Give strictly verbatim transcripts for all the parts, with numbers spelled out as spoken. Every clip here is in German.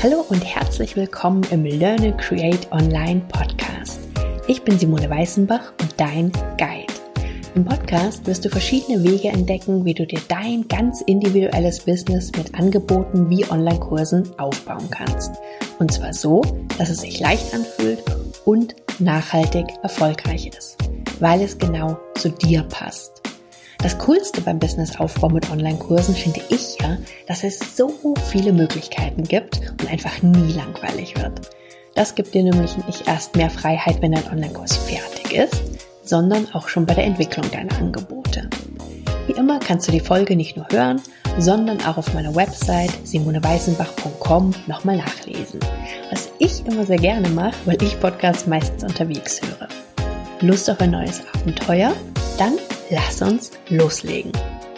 Hallo und herzlich willkommen im Learn and Create Online Podcast. Ich bin Simone Weißenbach und dein Guide. Im Podcast wirst du verschiedene Wege entdecken, wie du dir dein ganz individuelles Business mit Angeboten wie Online-Kursen aufbauen kannst. Und zwar so, dass es sich leicht anfühlt und nachhaltig erfolgreich ist, weil es genau zu dir passt. Das Coolste beim Businessaufbau mit Online-Kursen finde ich ja, dass es so viele Möglichkeiten gibt und einfach nie langweilig wird. Das gibt dir nämlich nicht erst mehr Freiheit, wenn dein Online-Kurs fertig ist, sondern auch schon bei der Entwicklung deiner Angebote. Wie immer kannst du die Folge nicht nur hören, sondern auch auf meiner Website simone weißenbach punkt com nochmal nachlesen. Was ich immer sehr gerne mache, weil ich Podcasts meistens unterwegs höre. Lust auf ein neues Abenteuer? Dann lass uns loslegen.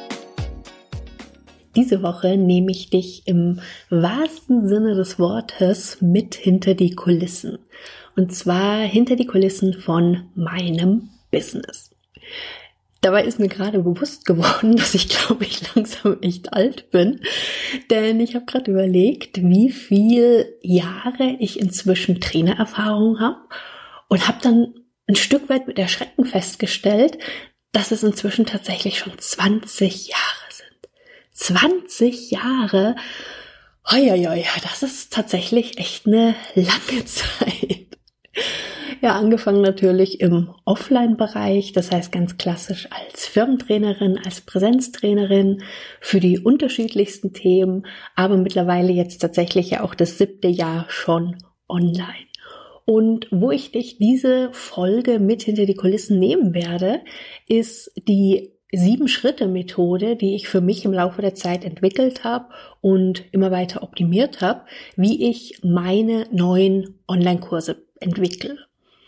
Diese Woche nehme ich dich im wahrsten Sinne des Wortes mit hinter die Kulissen. Und zwar hinter die Kulissen von meinem Business. Dabei ist mir gerade bewusst geworden, dass ich glaube ich langsam echt alt bin. Denn ich habe gerade überlegt, wie viele Jahre ich inzwischen Trainererfahrung habe und habe dann ein Stück weit mit Erschrecken festgestellt, dass es inzwischen tatsächlich schon zwanzig Jahre sind. zwanzig Jahre? Hoi, das ist tatsächlich echt eine lange Zeit. Ja, angefangen natürlich im Offline-Bereich, das heißt ganz klassisch als Firmentrainerin, als Präsenztrainerin für die unterschiedlichsten Themen, aber mittlerweile jetzt tatsächlich ja auch das siebte Jahr schon online. Und wo ich dich diese Folge mit hinter die Kulissen nehmen werde, ist die Sieben-Schritte-Methode, die ich für mich im Laufe der Zeit entwickelt habe und immer weiter optimiert habe, wie ich meine neuen Online-Kurse entwickle.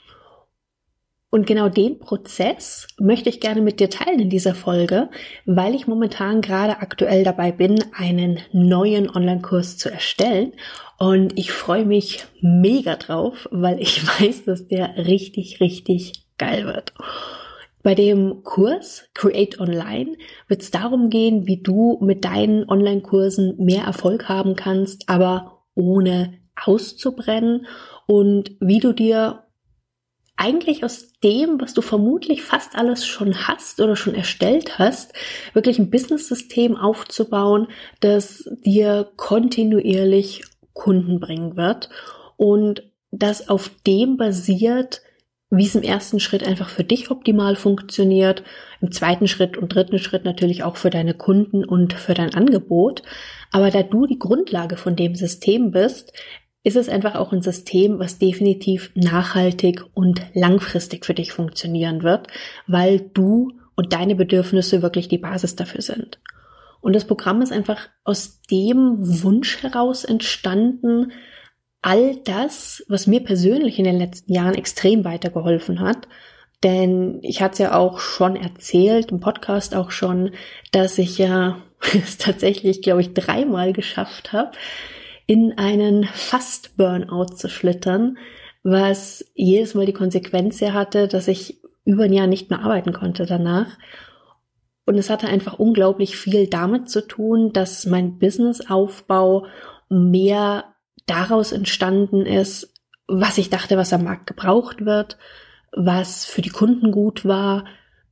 Und genau den Prozess möchte ich gerne mit dir teilen in dieser Folge, weil ich momentan gerade aktuell dabei bin, einen neuen Online-Kurs zu erstellen. Und ich freue mich mega drauf, weil ich weiß, dass der richtig, richtig geil wird. Bei dem Kurs Create Online wird es darum gehen, wie du mit deinen Online-Kursen mehr Erfolg haben kannst, aber ohne auszubrennen und wie du dir eigentlich aus dem, was du vermutlich fast alles schon hast oder schon erstellt hast, wirklich ein Business-System aufzubauen, das dir kontinuierlich Kunden bringen wird und das auf dem basiert, wie es im ersten Schritt einfach für dich optimal funktioniert, im zweiten Schritt und dritten Schritt natürlich auch für deine Kunden und für dein Angebot. Aber da du die Grundlage von dem System bist, ist es einfach auch ein System, was definitiv nachhaltig und langfristig für dich funktionieren wird, weil du und deine Bedürfnisse wirklich die Basis dafür sind. Und das Programm ist einfach aus dem Wunsch heraus entstanden, all das, was mir persönlich in den letzten Jahren extrem weitergeholfen hat. Denn ich hatte es ja auch schon erzählt, im Podcast auch schon, dass ich ja es tatsächlich, glaube ich, dreimal geschafft habe, in einen Fast-Burnout zu schlittern, was jedes Mal die Konsequenz ja hatte, dass ich über ein Jahr nicht mehr arbeiten konnte danach. Und es hatte einfach unglaublich viel damit zu tun, dass mein Businessaufbau mehr daraus entstanden ist, was ich dachte, was am Markt gebraucht wird, was für die Kunden gut war,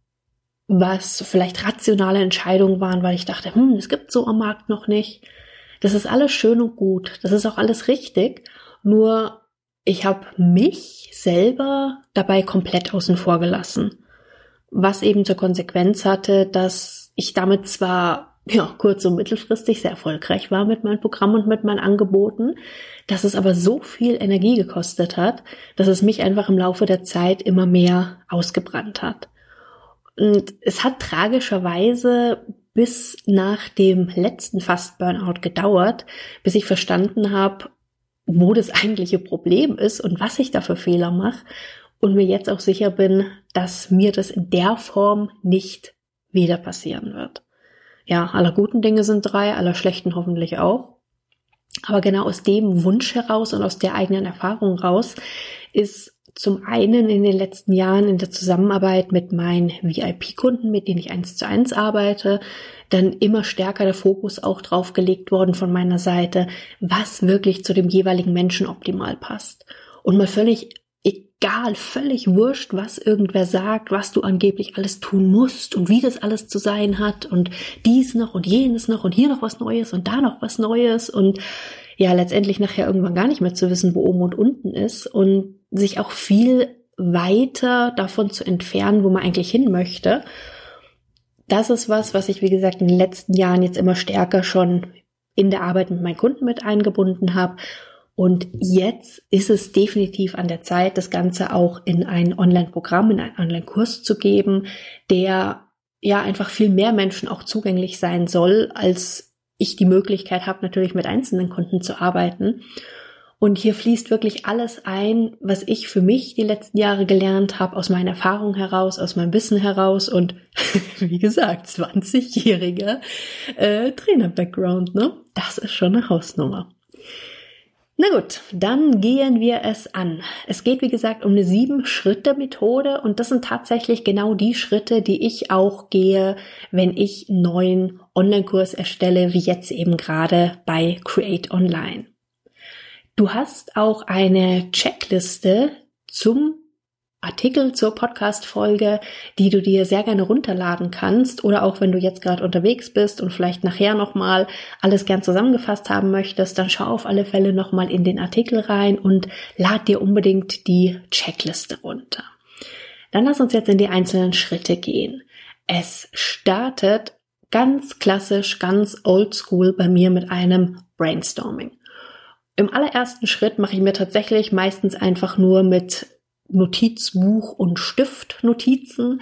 was vielleicht rationale Entscheidungen waren, weil ich dachte, hm, es gibt so am Markt noch nicht. Das ist alles schön und gut, das ist auch alles richtig, nur ich habe mich selber dabei komplett außen vor gelassen, was eben zur Konsequenz hatte, dass ich damit zwar ja, kurz- und mittelfristig sehr erfolgreich war mit meinem Programm und mit meinen Angeboten, dass es aber so viel Energie gekostet hat, dass es mich einfach im Laufe der Zeit immer mehr ausgebrannt hat. Und es hat tragischerweise bis nach dem letzten Fast-Burnout gedauert, bis ich verstanden habe, wo das eigentliche Problem ist und was ich da für Fehler mache und mir jetzt auch sicher bin, dass mir das in der Form nicht wieder passieren wird. Ja, aller guten Dinge sind drei, aller schlechten hoffentlich auch. Aber genau aus dem Wunsch heraus und aus der eigenen Erfahrung raus ist zum einen in den letzten Jahren in der Zusammenarbeit mit meinen V I P-Kunden, mit denen ich eins zu eins arbeite, dann immer stärker der Fokus auch drauf gelegt worden von meiner Seite, was wirklich zu dem jeweiligen Menschen optimal passt. Und mal völlig egal, völlig wurscht, was irgendwer sagt, was du angeblich alles tun musst und wie das alles zu sein hat und dies noch und jenes noch und hier noch was Neues und da noch was Neues und ja, letztendlich nachher irgendwann gar nicht mehr zu wissen, wo oben und unten ist und sich auch viel weiter davon zu entfernen, wo man eigentlich hin möchte. Das ist was, was ich, wie gesagt, in den letzten Jahren jetzt immer stärker schon in der Arbeit mit meinen Kunden mit eingebunden habe. Und jetzt ist es definitiv an der Zeit, das Ganze auch in ein Online-Programm, in einen Online-Kurs zu geben, der ja einfach viel mehr Menschen auch zugänglich sein soll, als ich die Möglichkeit habe, natürlich mit einzelnen Kunden zu arbeiten. Und hier fließt wirklich alles ein, was ich für mich die letzten Jahre gelernt habe, aus meiner Erfahrung heraus, aus meinem Wissen heraus und wie gesagt, zwanzigjähriger äh, Trainer-Background, ne? Das ist schon eine Hausnummer. Na gut, dann gehen wir es an. Es geht, wie gesagt, um eine Sieben-Schritte-Methode und das sind tatsächlich genau die Schritte, die ich auch gehe, wenn ich einen neuen Online-Kurs erstelle, wie jetzt eben gerade bei Create Online. Du hast auch eine Checkliste zum Artikel zur Podcast-Folge, die du dir sehr gerne runterladen kannst oder auch wenn du jetzt gerade unterwegs bist und vielleicht nachher nochmal alles gern zusammengefasst haben möchtest, dann schau auf alle Fälle nochmal in den Artikel rein und lad dir unbedingt die Checkliste runter. Dann lass uns jetzt in die einzelnen Schritte gehen. Es startet ganz klassisch, ganz oldschool bei mir mit einem Brainstorming. Im allerersten Schritt mache ich mir tatsächlich meistens einfach nur mit Notizbuch und Stift Notizen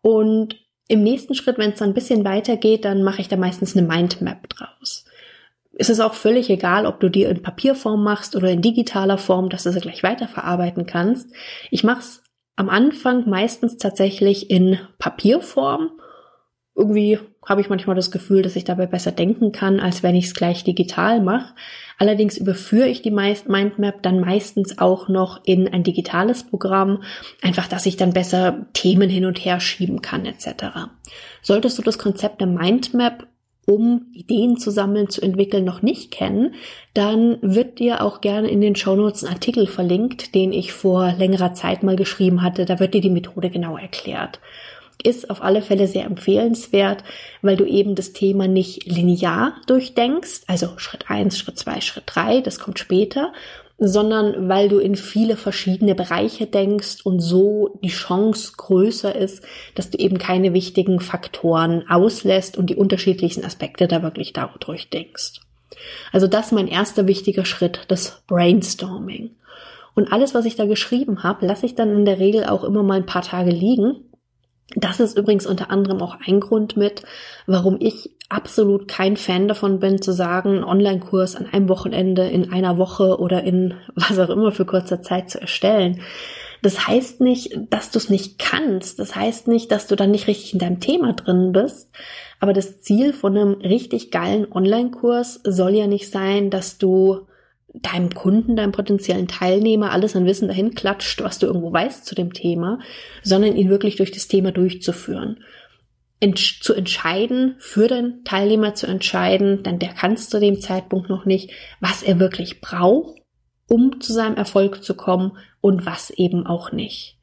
und im nächsten Schritt, wenn es dann ein bisschen weitergeht, dann mache ich da meistens eine Mindmap draus. Es ist auch völlig egal, ob du die in Papierform machst oder in digitaler Form, dass du sie gleich weiterverarbeiten kannst. Ich mache es am Anfang meistens tatsächlich in Papierform. Irgendwie habe ich manchmal das Gefühl, dass ich dabei besser denken kann, als wenn ich es gleich digital mache. Allerdings überführe ich die Mindmap dann meistens auch noch in ein digitales Programm, einfach, dass ich dann besser Themen hin und her schieben kann et cetera. Solltest du das Konzept der Mindmap, um Ideen zu sammeln, zu entwickeln, noch nicht kennen, dann wird dir auch gerne in den Shownotes ein Artikel verlinkt, den ich vor längerer Zeit mal geschrieben hatte. Da wird dir die Methode genau erklärt. Ist auf alle Fälle sehr empfehlenswert, weil du eben das Thema nicht linear durchdenkst, also Schritt eins, Schritt zwei, Schritt drei, das kommt später, sondern weil du in viele verschiedene Bereiche denkst und so die Chance größer ist, dass du eben keine wichtigen Faktoren auslässt und die unterschiedlichsten Aspekte da wirklich dadurch denkst. Also das ist mein erster wichtiger Schritt, das Brainstorming. Und alles, was ich da geschrieben habe, lasse ich dann in der Regel auch immer mal ein paar Tage liegen. Das ist übrigens unter anderem auch ein Grund mit, warum ich absolut kein Fan davon bin, zu sagen, einen Online-Kurs an einem Wochenende, in einer Woche oder in was auch immer für kurzer Zeit zu erstellen. Das heißt nicht, dass du es nicht kannst. Das heißt nicht, dass du dann nicht richtig in deinem Thema drin bist. Aber das Ziel von einem richtig geilen Online-Kurs soll ja nicht sein, dass du deinem Kunden, deinem potenziellen Teilnehmer alles an Wissen dahin klatscht, was du irgendwo weißt zu dem Thema, sondern ihn wirklich durch das Thema durchzuführen. Entsch- zu entscheiden, für den Teilnehmer zu entscheiden, denn der kann zu dem Zeitpunkt noch nicht, was er wirklich braucht, um zu seinem Erfolg zu kommen und was eben auch nicht.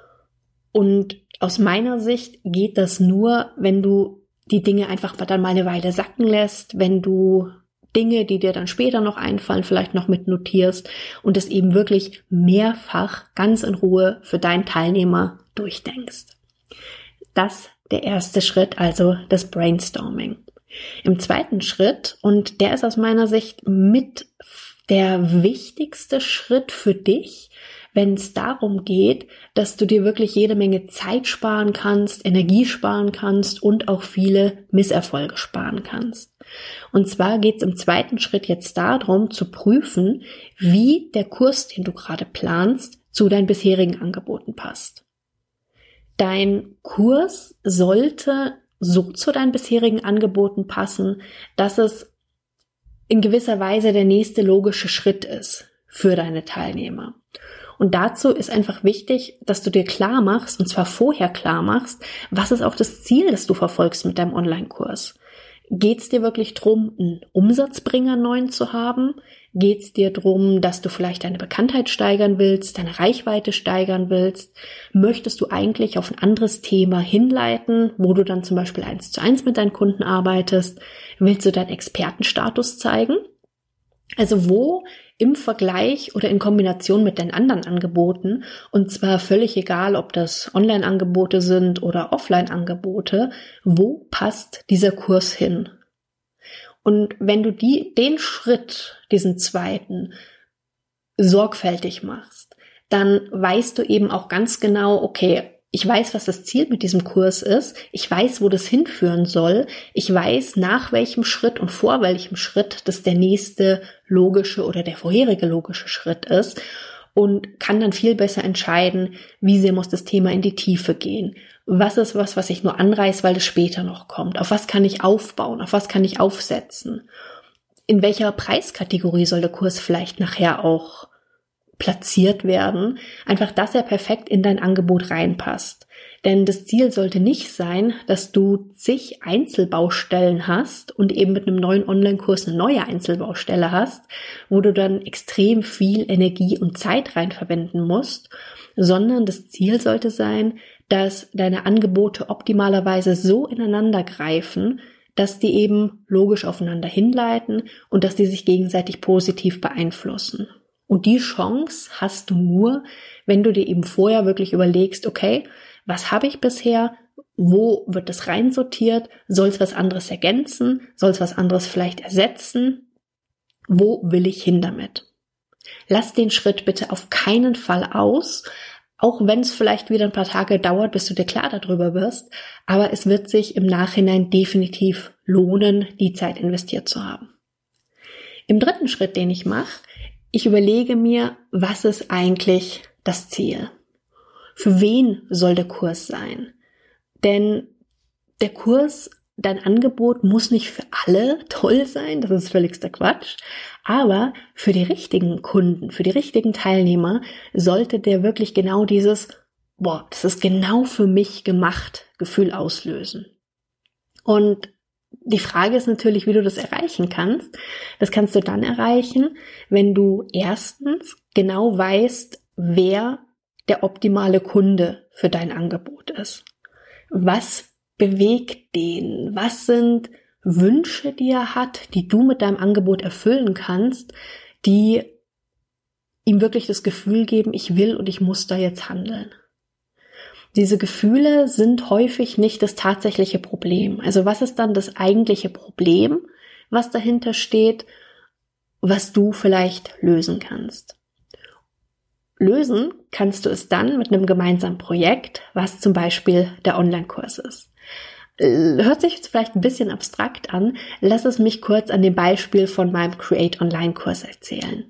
Und aus meiner Sicht geht das nur, wenn du die Dinge einfach dann mal eine Weile sacken lässt, wenn du Dinge, die dir dann später noch einfallen, vielleicht noch mit notierst und es eben wirklich mehrfach ganz in Ruhe für deinen Teilnehmer durchdenkst. Das der erste Schritt, also das Brainstorming. Im zweiten Schritt, und der ist aus meiner Sicht mit der wichtigste Schritt für dich, wenn es darum geht, dass du dir wirklich jede Menge Zeit sparen kannst, Energie sparen kannst und auch viele Misserfolge sparen kannst. Und zwar geht es im zweiten Schritt jetzt darum, zu prüfen, wie der Kurs, den du gerade planst, zu deinen bisherigen Angeboten passt. Dein Kurs sollte so zu deinen bisherigen Angeboten passen, dass es in gewisser Weise der nächste logische Schritt ist für deine Teilnehmer. Und dazu ist einfach wichtig, dass du dir klar machst, und zwar vorher klar machst, was ist auch das Ziel, das du verfolgst mit deinem Online-Kurs. Geht es dir wirklich drum, einen Umsatzbringer neuen zu haben? Geht es dir drum, dass du vielleicht deine Bekanntheit steigern willst, deine Reichweite steigern willst? Möchtest du eigentlich auf ein anderes Thema hinleiten, wo du dann zum Beispiel eins zu eins mit deinen Kunden arbeitest? Willst du deinen Expertenstatus zeigen? Also wo im Vergleich oder in Kombination mit den anderen Angeboten, und zwar völlig egal, ob das Online-Angebote sind oder Offline-Angebote, wo passt dieser Kurs hin? Und wenn du die, den Schritt, diesen zweiten, sorgfältig machst, dann weißt du eben auch ganz genau, okay, ich weiß, was das Ziel mit diesem Kurs ist. Ich weiß, wo das hinführen soll. Ich weiß, nach welchem Schritt und vor welchem Schritt das der nächste logische oder der vorherige logische Schritt ist und kann dann viel besser entscheiden, wie sehr muss das Thema in die Tiefe gehen. Was ist was, was ich nur anreiß, weil es später noch kommt? Auf was kann ich aufbauen? Auf was kann ich aufsetzen? In welcher Preiskategorie soll der Kurs vielleicht nachher auch platziert werden, einfach, dass er perfekt in dein Angebot reinpasst. Denn das Ziel sollte nicht sein, dass du zig Einzelbaustellen hast und eben mit einem neuen Online-Kurs eine neue Einzelbaustelle hast, wo du dann extrem viel Energie und Zeit rein verwenden musst, sondern das Ziel sollte sein, dass deine Angebote optimalerweise so ineinander greifen, dass die eben logisch aufeinander hinleiten und dass die sich gegenseitig positiv beeinflussen. Und die Chance hast du nur, wenn du dir eben vorher wirklich überlegst, okay, was habe ich bisher? Wo wird es reinsortiert? Soll es was anderes ergänzen? Soll es was anderes vielleicht ersetzen? Wo will ich hin damit? Lass den Schritt bitte auf keinen Fall aus, auch wenn es vielleicht wieder ein paar Tage dauert, bis du dir klar darüber wirst, aber es wird sich im Nachhinein definitiv lohnen, die Zeit investiert zu haben. Im dritten Schritt, den ich mache, ich überlege mir, was ist eigentlich das Ziel? Für wen soll der Kurs sein? Denn der Kurs, dein Angebot muss nicht für alle toll sein, das ist völligster Quatsch, aber für die richtigen Kunden, für die richtigen Teilnehmer sollte der wirklich genau dieses, boah, das ist genau für mich gemacht, Gefühl auslösen. Und die Frage ist natürlich, wie du das erreichen kannst. Das kannst du dann erreichen, wenn du erstens genau weißt, wer der optimale Kunde für dein Angebot ist. Was bewegt den? Was sind Wünsche, die er hat, die du mit deinem Angebot erfüllen kannst, die ihm wirklich das Gefühl geben, ich will und ich muss da jetzt handeln? Diese Gefühle sind häufig nicht das tatsächliche Problem. Also was ist dann das eigentliche Problem, was dahinter steht, was du vielleicht lösen kannst? Lösen kannst du es dann mit einem gemeinsamen Projekt, was zum Beispiel der Online-Kurs ist. Hört sich jetzt vielleicht ein bisschen abstrakt an, lass es mich kurz an dem Beispiel von meinem Create Online-Kurs erzählen.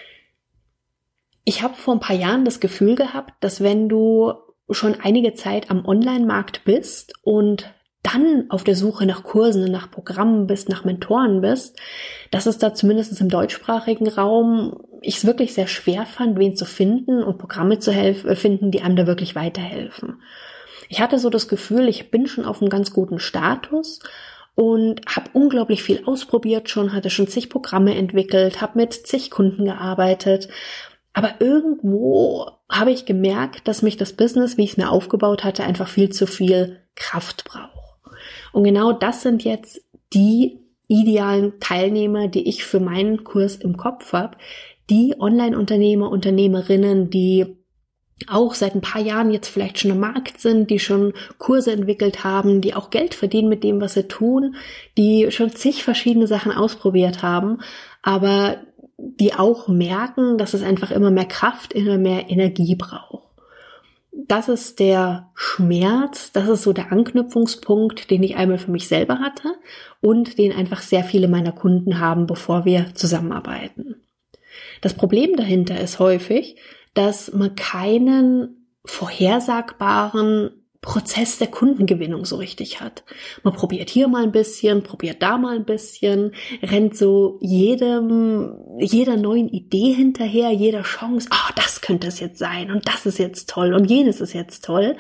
Ich habe vor ein paar Jahren das Gefühl gehabt, dass wenn du schon einige Zeit am Online-Markt bist und dann auf der Suche nach Kursen und nach Programmen bist, nach Mentoren bist, dass es da zumindest im deutschsprachigen Raum ich es wirklich sehr schwer fand, wen zu finden und Programme zu helfen, finden, die einem da wirklich weiterhelfen. Ich hatte so das Gefühl, ich bin schon auf einem ganz guten Status und habe unglaublich viel ausprobiert schon, hatte schon zig Programme entwickelt, habe mit zig Kunden gearbeitet. Aber irgendwo habe ich gemerkt, dass mich das Business, wie ich es mir aufgebaut hatte, einfach viel zu viel Kraft braucht. Und genau das sind jetzt die idealen Teilnehmer, die ich für meinen Kurs im Kopf habe. Die Online-Unternehmer, Unternehmerinnen, die auch seit ein paar Jahren jetzt vielleicht schon am Markt sind, die schon Kurse entwickelt haben, die auch Geld verdienen mit dem, was sie tun, die schon zig verschiedene Sachen ausprobiert haben, aber die auch merken, dass es einfach immer mehr Kraft, immer mehr Energie braucht. Das ist der Schmerz, das ist so der Anknüpfungspunkt, den ich einmal für mich selber hatte und den einfach sehr viele meiner Kunden haben, bevor wir zusammenarbeiten. Das Problem dahinter ist häufig, dass man keinen vorhersagbaren Prozess der Kundengewinnung so richtig hat. Man probiert hier mal ein bisschen, probiert da mal ein bisschen, rennt so jedem, jeder neuen Idee hinterher, jeder Chance, ah, oh, das könnte es jetzt sein und das ist jetzt toll und jenes ist jetzt toll.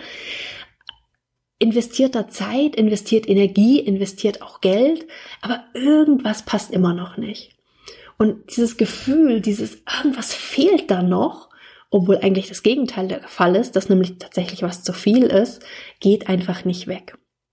Investiert da Zeit, investiert Energie, investiert auch Geld, aber irgendwas passt immer noch nicht. Und dieses Gefühl, dieses irgendwas fehlt da noch, obwohl eigentlich das Gegenteil der Fall ist, dass nämlich tatsächlich was zu viel ist, geht einfach nicht weg.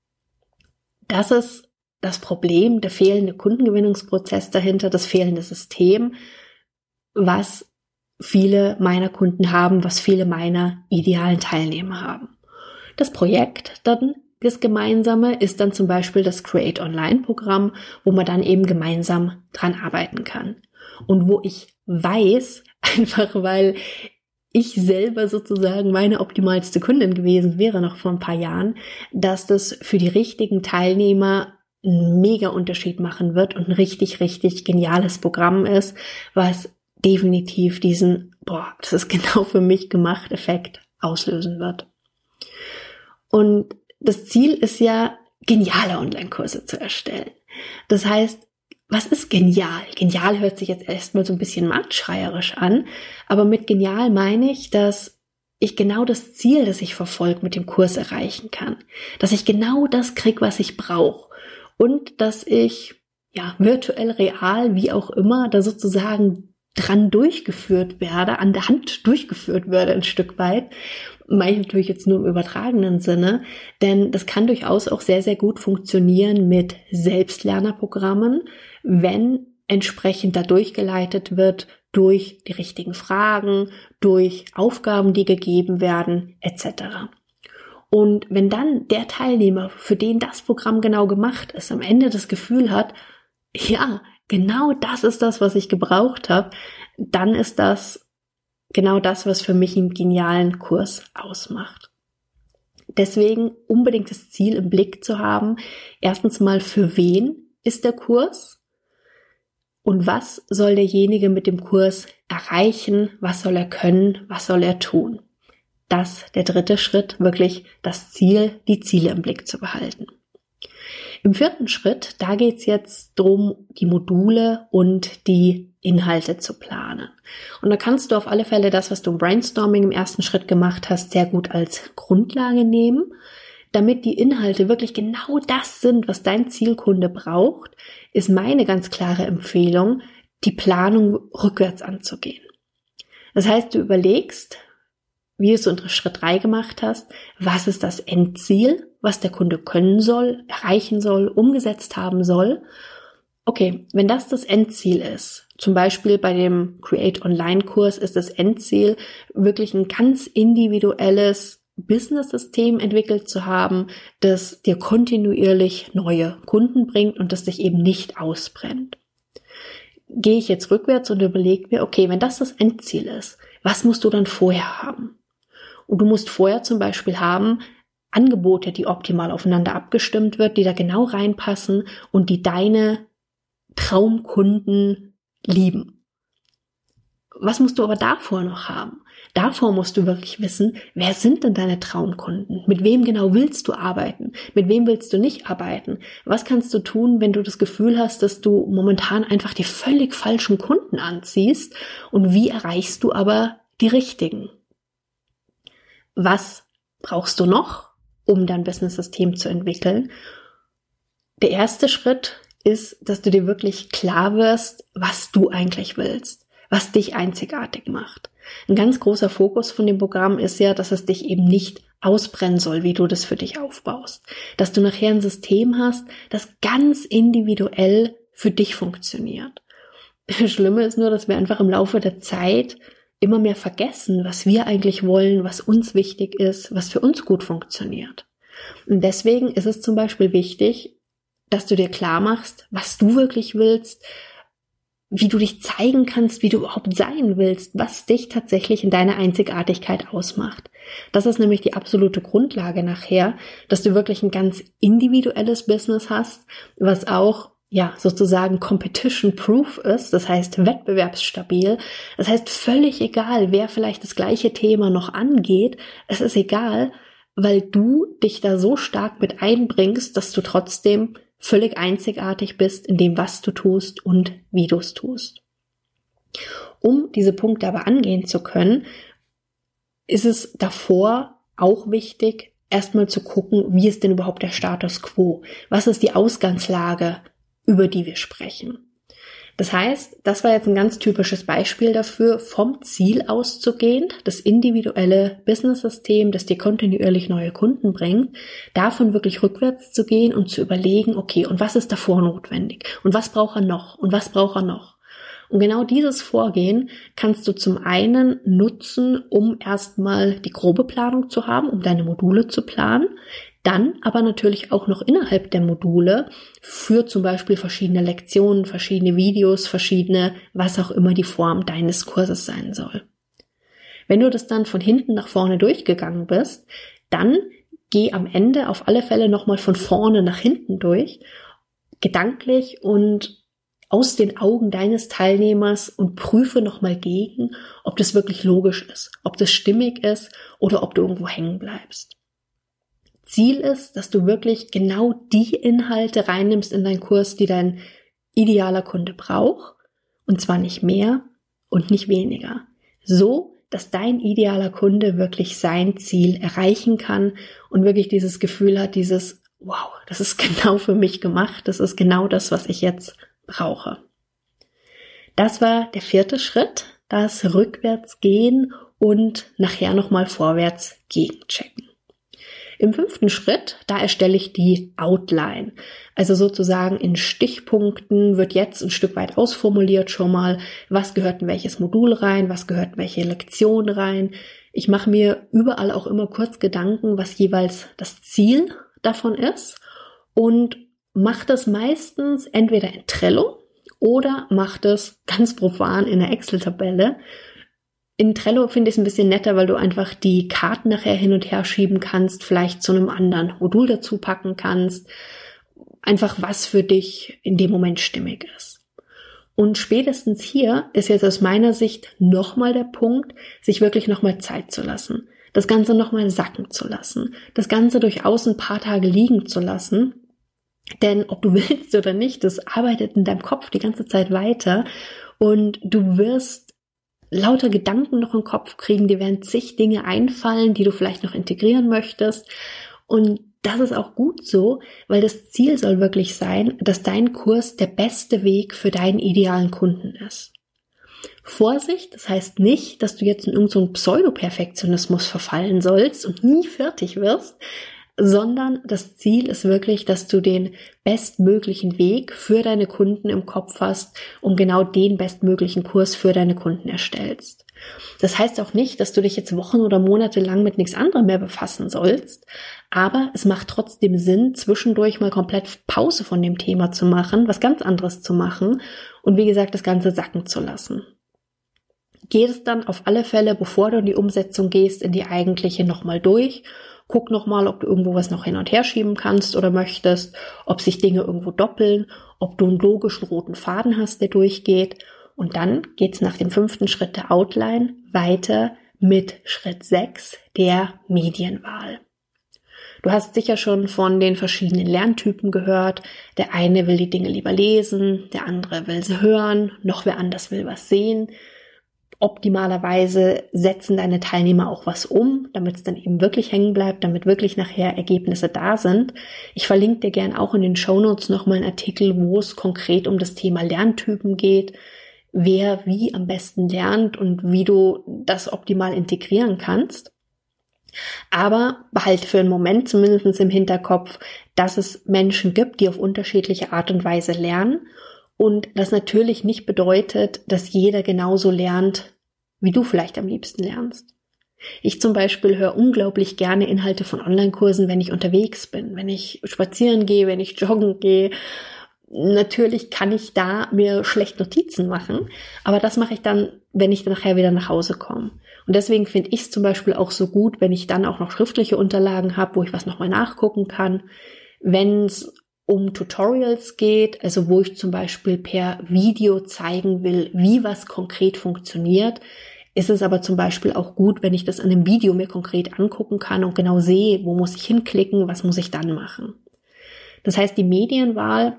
Das ist das Problem, der fehlende Kundengewinnungsprozess dahinter, das fehlende System, was viele meiner Kunden haben, was viele meiner idealen Teilnehmer haben. Das Projekt dann, das Gemeinsame, ist dann zum Beispiel das Create Online Programm, wo man dann eben gemeinsam dran arbeiten kann. Und wo ich weiß, einfach weil ich selber sozusagen meine optimalste Kundin gewesen wäre noch vor ein paar Jahren, dass das für die richtigen Teilnehmer einen mega Unterschied machen wird und ein richtig, richtig geniales Programm ist, was definitiv diesen, boah, das ist genau für mich gemacht, Effekt auslösen wird. Und das Ziel ist ja, geniale Online-Kurse zu erstellen. Das heißt, was ist genial? Genial hört sich jetzt erstmal so ein bisschen marktschreierisch an, aber mit genial meine ich, dass ich genau das Ziel, das ich verfolge, mit dem Kurs erreichen kann. Dass ich genau das kriege, was ich brauche. Und dass ich, ja, virtuell, real, wie auch immer, da sozusagen dran durchgeführt werde, an der Hand durchgeführt werde ein Stück weit. Meine ich natürlich jetzt nur im übertragenen Sinne, denn das kann durchaus auch sehr, sehr gut funktionieren mit Selbstlernerprogrammen, wenn entsprechend da durchgeleitet wird durch die richtigen Fragen, durch Aufgaben, die gegeben werden, et cetera. Und wenn dann der Teilnehmer, für den das Programm genau gemacht ist, am Ende das Gefühl hat, ja, genau das ist das, was ich gebraucht habe, dann ist das genau das, was für mich einen genialen Kurs ausmacht. Deswegen unbedingt das Ziel im Blick zu haben, erstens mal, für wen ist der Kurs und was soll derjenige mit dem Kurs erreichen, was soll er können, was soll er tun. Das, der dritte Schritt, wirklich das Ziel, die Ziele im Blick zu behalten. Im vierten Schritt, da geht es jetzt darum, die Module und die Inhalte zu planen. Und da kannst du auf alle Fälle das, was du im Brainstorming im ersten Schritt gemacht hast, sehr gut als Grundlage nehmen, damit die Inhalte wirklich genau das sind, was dein Zielkunde braucht, ist meine ganz klare Empfehlung, die Planung rückwärts anzugehen. Das heißt, du überlegst, wie du es unter Schritt drei gemacht hast, was ist das Endziel, was der Kunde können soll, erreichen soll, umgesetzt haben soll. Okay, wenn das das Endziel ist, zum Beispiel bei dem Create Online Kurs ist das Endziel, wirklich ein ganz individuelles Business-System entwickelt zu haben, das dir kontinuierlich neue Kunden bringt und das dich eben nicht ausbrennt. Gehe ich jetzt rückwärts und überlege mir, okay, wenn das das Endziel ist, was musst du dann vorher haben? Und du musst vorher zum Beispiel haben Angebote, die optimal aufeinander abgestimmt wird, die da genau reinpassen und die deine Traumkunden lieben. Was musst du aber davor noch haben? Davor musst du wirklich wissen, wer sind denn deine Traumkunden? Mit wem genau willst du arbeiten? Mit wem willst du nicht arbeiten? Was kannst du tun, wenn du das Gefühl hast, dass du momentan einfach die völlig falschen Kunden anziehst? Und wie erreichst du aber die richtigen? Was brauchst du noch, um dein Business-System zu entwickeln? Der erste Schritt ist, dass du dir wirklich klar wirst, was du eigentlich willst, was dich einzigartig macht. Ein ganz großer Fokus von dem Programm ist ja, dass es dich eben nicht ausbrennen soll, wie du das für dich aufbaust. Dass du nachher ein System hast, das ganz individuell für dich funktioniert. Das Schlimme ist nur, dass wir einfach im Laufe der Zeit immer mehr vergessen, was wir eigentlich wollen, was uns wichtig ist, was für uns gut funktioniert. Und deswegen ist es zum Beispiel wichtig, dass du dir klar machst, was du wirklich willst, wie du dich zeigen kannst, wie du überhaupt sein willst, was dich tatsächlich in deiner Einzigartigkeit ausmacht. Das ist nämlich die absolute Grundlage nachher, dass du wirklich ein ganz individuelles Business hast, was auch ja sozusagen competition-proof ist, das heißt wettbewerbsstabil. Das heißt völlig egal, wer vielleicht das gleiche Thema noch angeht, es ist egal, weil du dich da so stark mit einbringst, dass du trotzdem völlig einzigartig bist in dem, was du tust und wie du es tust. Um diese Punkte aber angehen zu können, ist es davor auch wichtig, erstmal zu gucken, wie ist denn überhaupt der Status quo? Was ist die Ausgangslage, über die wir sprechen? Das heißt, das war jetzt ein ganz typisches Beispiel dafür, vom Ziel auszugehen, das individuelle Business-System, das dir kontinuierlich neue Kunden bringt, davon wirklich rückwärts zu gehen und zu überlegen, okay, und was ist davor notwendig? Und was braucht er noch? Und was braucht er noch? Und genau dieses Vorgehen kannst du zum einen nutzen, um erstmal die grobe Planung zu haben, um deine Module zu planen, dann aber natürlich auch noch innerhalb der Module für zum Beispiel verschiedene Lektionen, verschiedene Videos, verschiedene, was auch immer die Form deines Kurses sein soll. Wenn du das dann von hinten nach vorne durchgegangen bist, dann geh am Ende auf alle Fälle nochmal von vorne nach hinten durch, gedanklich und aus den Augen deines Teilnehmers und prüfe nochmal gegen, ob das wirklich logisch ist, ob das stimmig ist oder ob du irgendwo hängen bleibst. Ziel ist, dass du wirklich genau die Inhalte reinnimmst in deinen Kurs, die dein idealer Kunde braucht, und zwar nicht mehr und nicht weniger. So, dass dein idealer Kunde wirklich sein Ziel erreichen kann und wirklich dieses Gefühl hat, dieses, wow, das ist genau für mich gemacht, das ist genau das, was ich jetzt brauche. Das war der vierte Schritt, das Rückwärtsgehen und nachher nochmal vorwärts gegenchecken. Im fünften Schritt, da erstelle ich die Outline. Also sozusagen in Stichpunkten wird jetzt ein Stück weit ausformuliert schon mal, was gehört in welches Modul rein, was gehört in welche Lektion rein. Ich mache mir überall auch immer kurz Gedanken, was jeweils das Ziel davon ist und mache das meistens entweder in Trello oder mache das ganz profan in der Excel-Tabelle. In Trello finde ich es ein bisschen netter, weil du einfach die Karten nachher hin und her schieben kannst, vielleicht zu einem anderen Modul dazu packen kannst. Einfach was für dich in dem Moment stimmig ist. Und spätestens hier ist jetzt aus meiner Sicht nochmal der Punkt, sich wirklich nochmal Zeit zu lassen. Das Ganze nochmal sacken zu lassen. Das Ganze durchaus ein paar Tage liegen zu lassen. Denn ob du willst oder nicht, das arbeitet in deinem Kopf die ganze Zeit weiter und du wirst lauter Gedanken noch im Kopf kriegen, dir werden zig Dinge einfallen, die du vielleicht noch integrieren möchtest. Und das ist auch gut so, weil das Ziel soll wirklich sein, dass dein Kurs der beste Weg für deinen idealen Kunden ist. Vorsicht, das heißt nicht, dass du jetzt in irgendeinen Pseudo-Perfektionismus verfallen sollst und nie fertig wirst, sondern das Ziel ist wirklich, dass du den bestmöglichen Weg für deine Kunden im Kopf hast und genau den bestmöglichen Kurs für deine Kunden erstellst. Das heißt auch nicht, dass du dich jetzt Wochen oder Monate lang mit nichts anderem mehr befassen sollst, aber es macht trotzdem Sinn, zwischendurch mal komplett Pause von dem Thema zu machen, was ganz anderes zu machen und wie gesagt, das Ganze sacken zu lassen. Geh es dann auf alle Fälle, bevor du in die Umsetzung gehst, in die eigentliche nochmal durch. Guck nochmal, ob du irgendwo was noch hin und her schieben kannst oder möchtest, ob sich Dinge irgendwo doppeln, ob du einen logischen roten Faden hast, der durchgeht. Und dann geht's nach dem fünften Schritt der Outline weiter mit Schritt sechs, der Medienwahl. Du hast sicher schon von den verschiedenen Lerntypen gehört. Der eine will die Dinge lieber lesen, der andere will sie hören, noch wer anders will was sehen. Optimalerweise setzen deine Teilnehmer auch was um, damit es dann eben wirklich hängen bleibt, damit wirklich nachher Ergebnisse da sind. Ich verlinke dir gern auch in den Shownotes nochmal einen Artikel, wo es konkret um das Thema Lerntypen geht, wer wie am besten lernt und wie du das optimal integrieren kannst. Aber behalte für einen Moment zumindest im Hinterkopf, dass es Menschen gibt, die auf unterschiedliche Art und Weise lernen. Und das natürlich nicht bedeutet, dass jeder genauso lernt, wie du vielleicht am liebsten lernst. Ich zum Beispiel höre unglaublich gerne Inhalte von Online-Kursen, wenn ich unterwegs bin, wenn ich spazieren gehe, wenn ich joggen gehe. Natürlich kann ich da mir schlecht Notizen machen, aber das mache ich dann, wenn ich nachher wieder nach Hause komme. Und deswegen finde ich es zum Beispiel auch so gut, wenn ich dann auch noch schriftliche Unterlagen habe, wo ich was nochmal nachgucken kann. Wenn es um Tutorials geht, also wo ich zum Beispiel per Video zeigen will, wie was konkret funktioniert, ist es aber zum Beispiel auch gut, wenn ich das an einem Video mir konkret angucken kann und genau sehe, wo muss ich hinklicken, was muss ich dann machen. Das heißt, die Medienwahl,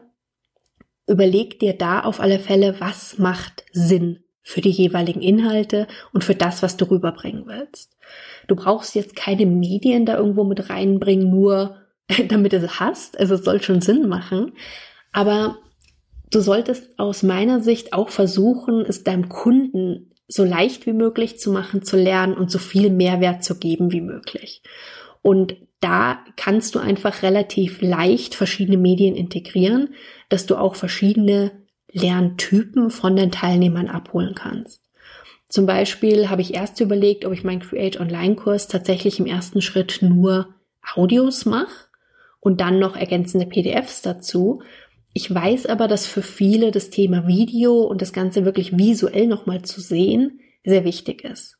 überleg dir da auf alle Fälle, was macht Sinn für die jeweiligen Inhalte und für das, was du rüberbringen willst. Du brauchst jetzt keine Medien da irgendwo mit reinbringen, nur damit du es hast. Also es soll schon Sinn machen. Aber du solltest aus meiner Sicht auch versuchen, es deinem Kunden so leicht wie möglich zu machen, zu lernen und so viel Mehrwert zu geben wie möglich. Und da kannst du einfach relativ leicht verschiedene Medien integrieren, dass du auch verschiedene Lerntypen von den Teilnehmern abholen kannst. Zum Beispiel habe ich erst überlegt, ob ich meinen Create-Online-Kurs tatsächlich im ersten Schritt nur Audios mache und dann noch ergänzende P D Fs dazu. Ich weiß aber, dass für viele das Thema Video und das Ganze wirklich visuell nochmal zu sehen sehr wichtig ist.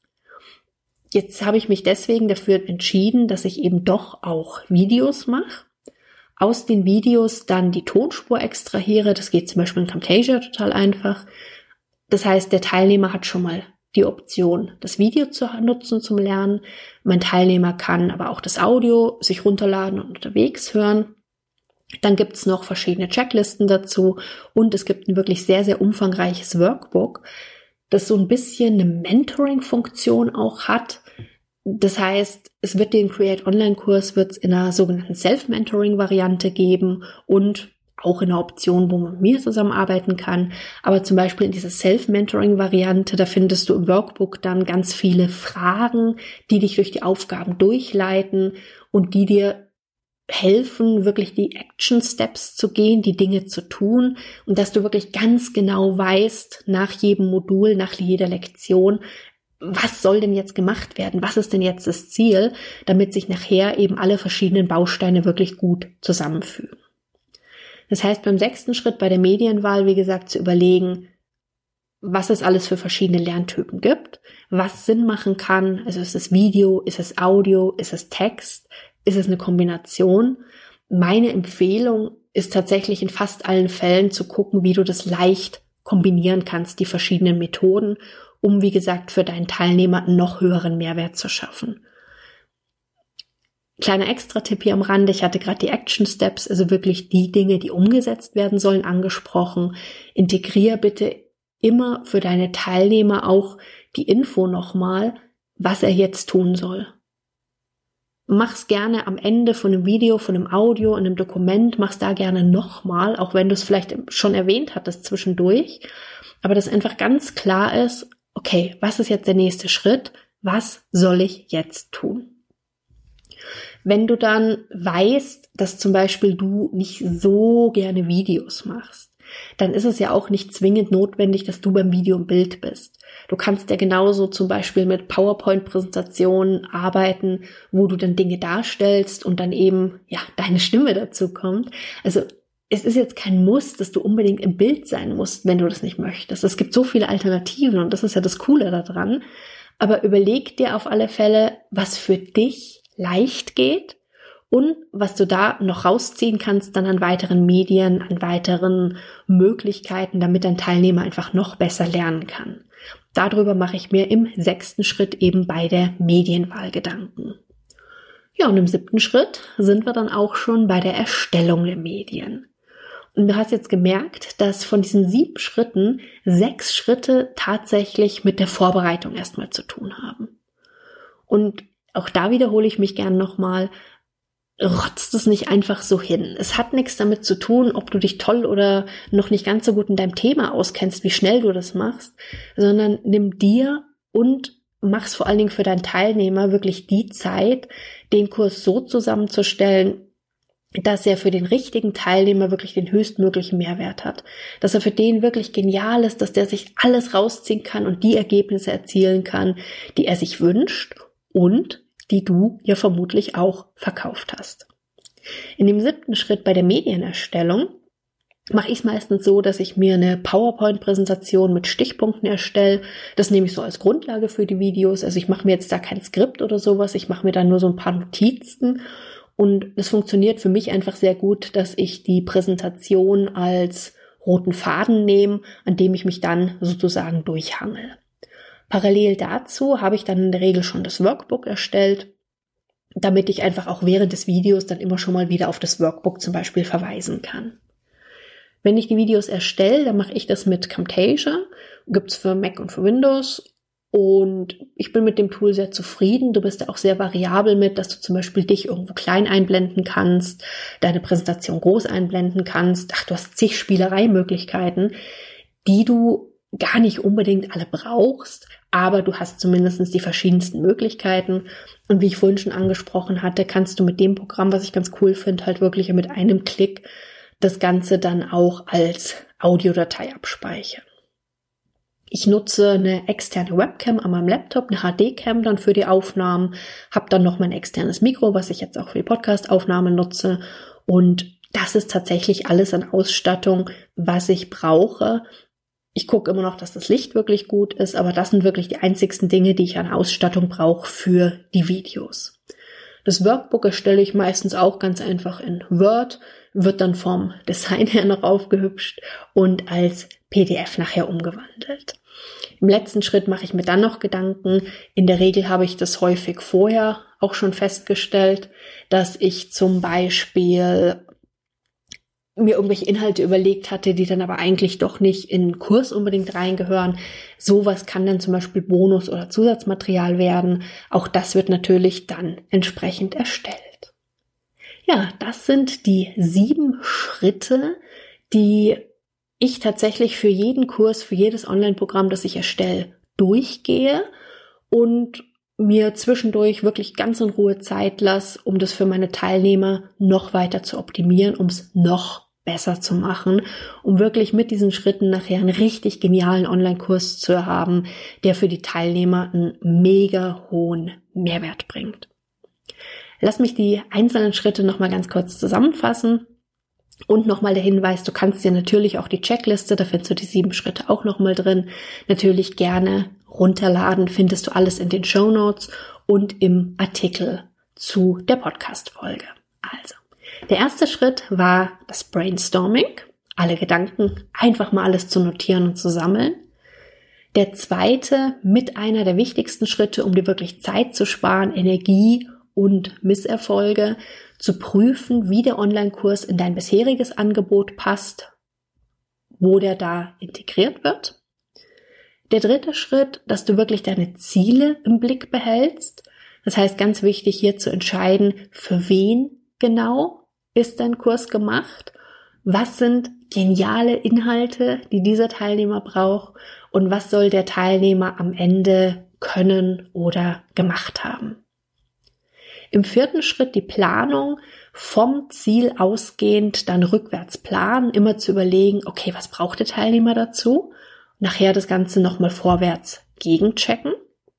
Jetzt habe ich mich deswegen dafür entschieden, dass ich eben doch auch Videos mache. Aus den Videos dann die Tonspur extrahiere. Das geht zum Beispiel in Camtasia total einfach. Das heißt, der Teilnehmer hat schon mal die Option, das Video zu nutzen zum Lernen. Mein Teilnehmer kann aber auch das Audio sich runterladen und unterwegs hören. Dann gibt es noch verschiedene Checklisten dazu und es gibt ein wirklich sehr, sehr umfangreiches Workbook, das so ein bisschen eine Mentoring-Funktion auch hat. Das heißt, es wird den Create-Online-Kurs wird's in einer sogenannten Self-Mentoring-Variante geben und auch in einer Option, wo man mit mir zusammenarbeiten kann. Aber zum Beispiel in dieser Self-Mentoring-Variante, da findest du im Workbook dann ganz viele Fragen, die dich durch die Aufgaben durchleiten und die dir helfen, wirklich die Action-Steps zu gehen, die Dinge zu tun und dass du wirklich ganz genau weißt, nach jedem Modul, nach jeder Lektion, was soll denn jetzt gemacht werden? Was ist denn jetzt das Ziel, damit sich nachher eben alle verschiedenen Bausteine wirklich gut zusammenfügen? Das heißt, beim sechsten Schritt bei der Medienwahl, wie gesagt, zu überlegen, was es alles für verschiedene Lerntypen gibt, was Sinn machen kann. Also ist es Video, ist es Audio, ist es Text, ist es eine Kombination? Meine Empfehlung ist tatsächlich in fast allen Fällen zu gucken, wie du das leicht kombinieren kannst, die verschiedenen Methoden, um, wie gesagt, für deinen Teilnehmer einen noch höheren Mehrwert zu schaffen. Kleiner Extra-Tipp hier am Rande, ich hatte gerade die Action Steps, also wirklich die Dinge, die umgesetzt werden sollen, angesprochen. Integrier bitte immer für deine Teilnehmer auch die Info nochmal, was er jetzt tun soll. Mach's gerne am Ende von einem Video, von einem Audio, in einem Dokument, mach's da gerne nochmal, auch wenn du es vielleicht schon erwähnt hattest zwischendurch, aber dass einfach ganz klar ist, okay, was ist jetzt der nächste Schritt? Was soll ich jetzt tun? Wenn du dann weißt, dass zum Beispiel du nicht so gerne Videos machst, dann ist es ja auch nicht zwingend notwendig, dass du beim Video im Bild bist. Du kannst ja genauso zum Beispiel mit PowerPoint-Präsentationen arbeiten, wo du dann Dinge darstellst und dann eben ja deine Stimme dazu kommt. Also es ist jetzt kein Muss, dass du unbedingt im Bild sein musst, wenn du das nicht möchtest. Es gibt so viele Alternativen und das ist ja das Coole daran. Aber überleg dir auf alle Fälle, was für dich leicht geht und was du da noch rausziehen kannst dann an weiteren Medien, an weiteren Möglichkeiten, damit dein Teilnehmer einfach noch besser lernen kann. Darüber mache ich mir im sechsten Schritt eben bei der Medienwahl Gedanken. Ja, und im siebten Schritt sind wir dann auch schon bei der Erstellung der Medien. Und du hast jetzt gemerkt, dass von diesen sieben Schritten sechs Schritte tatsächlich mit der Vorbereitung erstmal zu tun haben. Und auch da wiederhole ich mich gern nochmal, rotzt es nicht einfach so hin. Es hat nichts damit zu tun, ob du dich toll oder noch nicht ganz so gut in deinem Thema auskennst, wie schnell du das machst, sondern nimm dir und mach's vor allen Dingen für deinen Teilnehmer wirklich die Zeit, den Kurs so zusammenzustellen, dass er für den richtigen Teilnehmer wirklich den höchstmöglichen Mehrwert hat. Dass er für den wirklich genial ist, dass der sich alles rausziehen kann und die Ergebnisse erzielen kann, die er sich wünscht und die du ja vermutlich auch verkauft hast. In dem siebten Schritt bei der Medienerstellung mache ich es meistens so, dass ich mir eine PowerPoint-Präsentation mit Stichpunkten erstelle. Das nehme ich so als Grundlage für die Videos. Also ich mache mir jetzt da kein Skript oder sowas. Ich mache mir da nur so ein paar Notizen. Und es funktioniert für mich einfach sehr gut, dass ich die Präsentation als roten Faden nehme, an dem ich mich dann sozusagen durchhangel. Parallel dazu habe ich dann in der Regel schon das Workbook erstellt, damit ich einfach auch während des Videos dann immer schon mal wieder auf das Workbook zum Beispiel verweisen kann. Wenn ich die Videos erstelle, dann mache ich das mit Camtasia, gibt's für Mac und für Windows. Und ich bin mit dem Tool sehr zufrieden. Du bist ja auch sehr variabel mit, dass du zum Beispiel dich irgendwo klein einblenden kannst, deine Präsentation groß einblenden kannst. Ach, du hast zig Spielereimöglichkeiten, die du gar nicht unbedingt alle brauchst, aber du hast zumindest die verschiedensten Möglichkeiten. Und wie ich vorhin schon angesprochen hatte, kannst du mit dem Programm, was ich ganz cool finde, halt wirklich mit einem Klick das Ganze dann auch als Audiodatei abspeichern. Ich nutze eine externe Webcam an meinem Laptop, eine H D-Cam dann für die Aufnahmen, habe dann noch mein externes Mikro, was ich jetzt auch für die Podcast-Aufnahmen nutze. Und das ist tatsächlich alles an Ausstattung, was ich brauche. Ich gucke immer noch, dass das Licht wirklich gut ist, aber das sind wirklich die einzigsten Dinge, die ich an Ausstattung brauche für die Videos. Das Workbook erstelle ich meistens auch ganz einfach in Word, wird dann vom Design her noch aufgehübscht und als P D F nachher umgewandelt. Im letzten Schritt mache ich mir dann noch Gedanken. In der Regel habe ich das häufig vorher auch schon festgestellt, dass ich zum Beispiel mir irgendwelche Inhalte überlegt hatte, die dann aber eigentlich doch nicht in den Kurs unbedingt reingehören. Sowas kann dann zum Beispiel Bonus- oder Zusatzmaterial werden. Auch das wird natürlich dann entsprechend erstellt. Ja, das sind die sieben Schritte, die ich tatsächlich für jeden Kurs, für jedes Online-Programm, das ich erstelle, durchgehe und mir zwischendurch wirklich ganz in Ruhe Zeit lasse, um das für meine Teilnehmer noch weiter zu optimieren, um es noch besser zu machen, um wirklich mit diesen Schritten nachher einen richtig genialen Online-Kurs zu haben, der für die Teilnehmer einen mega hohen Mehrwert bringt. Lass mich die einzelnen Schritte nochmal ganz kurz zusammenfassen. Und nochmal der Hinweis, du kannst dir natürlich auch die Checkliste, da findest du die sieben Schritte auch nochmal drin, natürlich gerne runterladen, findest du alles in den Shownotes und im Artikel zu der Podcast-Folge. Also, der erste Schritt war das Brainstorming, alle Gedanken einfach mal alles zu notieren und zu sammeln. Der zweite, mit einer der wichtigsten Schritte, um dir wirklich Zeit zu sparen, Energie und Misserfolge, zu prüfen, wie der Online-Kurs in dein bisheriges Angebot passt, wo der da integriert wird. Der dritte Schritt, dass du wirklich deine Ziele im Blick behältst. Das heißt, ganz wichtig hier zu entscheiden, für wen genau ist dein Kurs gemacht, was sind geniale Inhalte, die dieser Teilnehmer braucht und was soll der Teilnehmer am Ende können oder gemacht haben. Im vierten Schritt die Planung, vom Ziel ausgehend dann rückwärts planen, immer zu überlegen, okay, was braucht der Teilnehmer dazu? Nachher das Ganze nochmal vorwärts gegenchecken.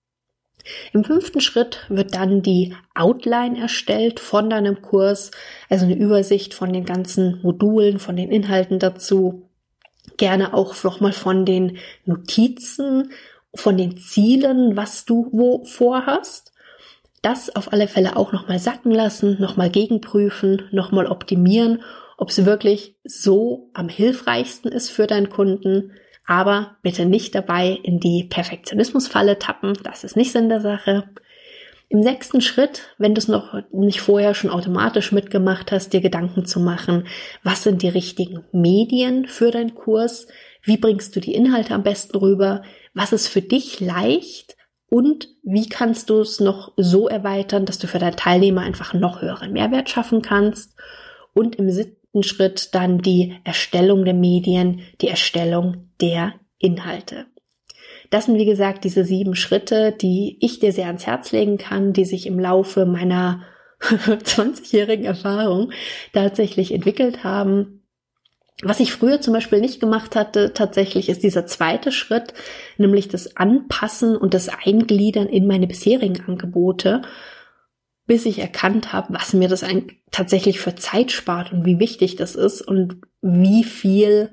Im fünften Schritt wird dann die Outline erstellt von deinem Kurs, also eine Übersicht von den ganzen Modulen, von den Inhalten dazu. Gerne auch nochmal von den Notizen, von den Zielen, was du wo vorhast. Das auf alle Fälle auch nochmal sacken lassen, nochmal gegenprüfen, nochmal optimieren, ob es wirklich so am hilfreichsten ist für deinen Kunden. Aber bitte nicht dabei in die Perfektionismusfalle tappen, das ist nicht Sinn der Sache. Im sechsten Schritt, wenn du es noch nicht vorher schon automatisch mitgemacht hast, dir Gedanken zu machen, was sind die richtigen Medien für deinen Kurs, wie bringst du die Inhalte am besten rüber, was ist für dich leicht, und wie kannst du es noch so erweitern, dass du für deine Teilnehmer einfach noch höheren Mehrwert schaffen kannst? Und im siebten Schritt dann die Erstellung der Medien, die Erstellung der Inhalte. Das sind, wie gesagt, diese sieben Schritte, die ich dir sehr ans Herz legen kann, die sich im Laufe meiner zwanzigjährigen Erfahrung tatsächlich entwickelt haben. Was ich früher zum Beispiel nicht gemacht hatte, tatsächlich ist dieser zweite Schritt, nämlich das Anpassen und das Eingliedern in meine bisherigen Angebote, bis ich erkannt habe, was mir das eigentlich tatsächlich für Zeit spart und wie wichtig das ist und wie viel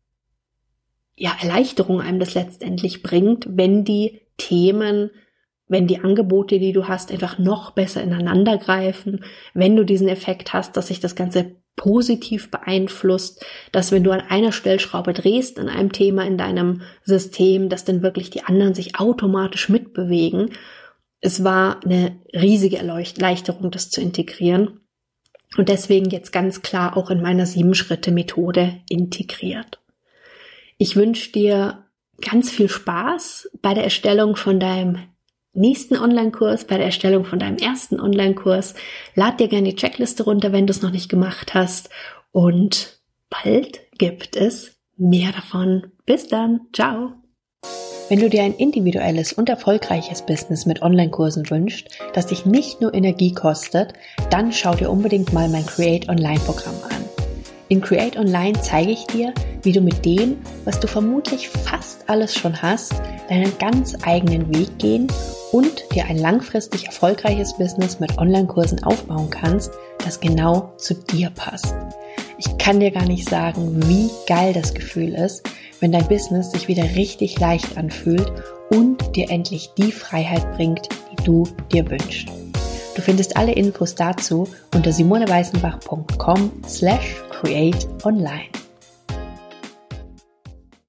ja, Erleichterung einem das letztendlich bringt, wenn die Themen, wenn die Angebote, die du hast, einfach noch besser ineinander greifen, wenn du diesen Effekt hast, dass sich das Ganze positiv beeinflusst, dass wenn du an einer Stellschraube drehst, an einem Thema in deinem System, dass dann wirklich die anderen sich automatisch mitbewegen. Es war eine riesige Erleichterung, das zu integrieren und deswegen jetzt ganz klar auch in meiner Sieben-Schritte-Methode integriert. Ich wünsche dir ganz viel Spaß bei der Erstellung von deinem nächsten Online-Kurs, bei der Erstellung von deinem ersten Online-Kurs. Lad dir gerne die Checkliste runter, wenn du es noch nicht gemacht hast. Und bald gibt es mehr davon. Bis dann. Ciao. Wenn du dir ein individuelles und erfolgreiches Business mit Online-Kursen wünschst, das dich nicht nur Energie kostet, dann schau dir unbedingt mal mein Create Online-Programm an. In Create Online zeige ich dir, wie du mit dem, was du vermutlich fast alles schon hast, deinen ganz eigenen Weg gehen und dir ein langfristig erfolgreiches Business mit Online-Kursen aufbauen kannst, das genau zu dir passt. Ich kann dir gar nicht sagen, wie geil das Gefühl ist, wenn dein Business sich wieder richtig leicht anfühlt und dir endlich die Freiheit bringt, die du dir wünschst. Du findest alle Infos dazu unter simoneweissenbach punkt com slash create online.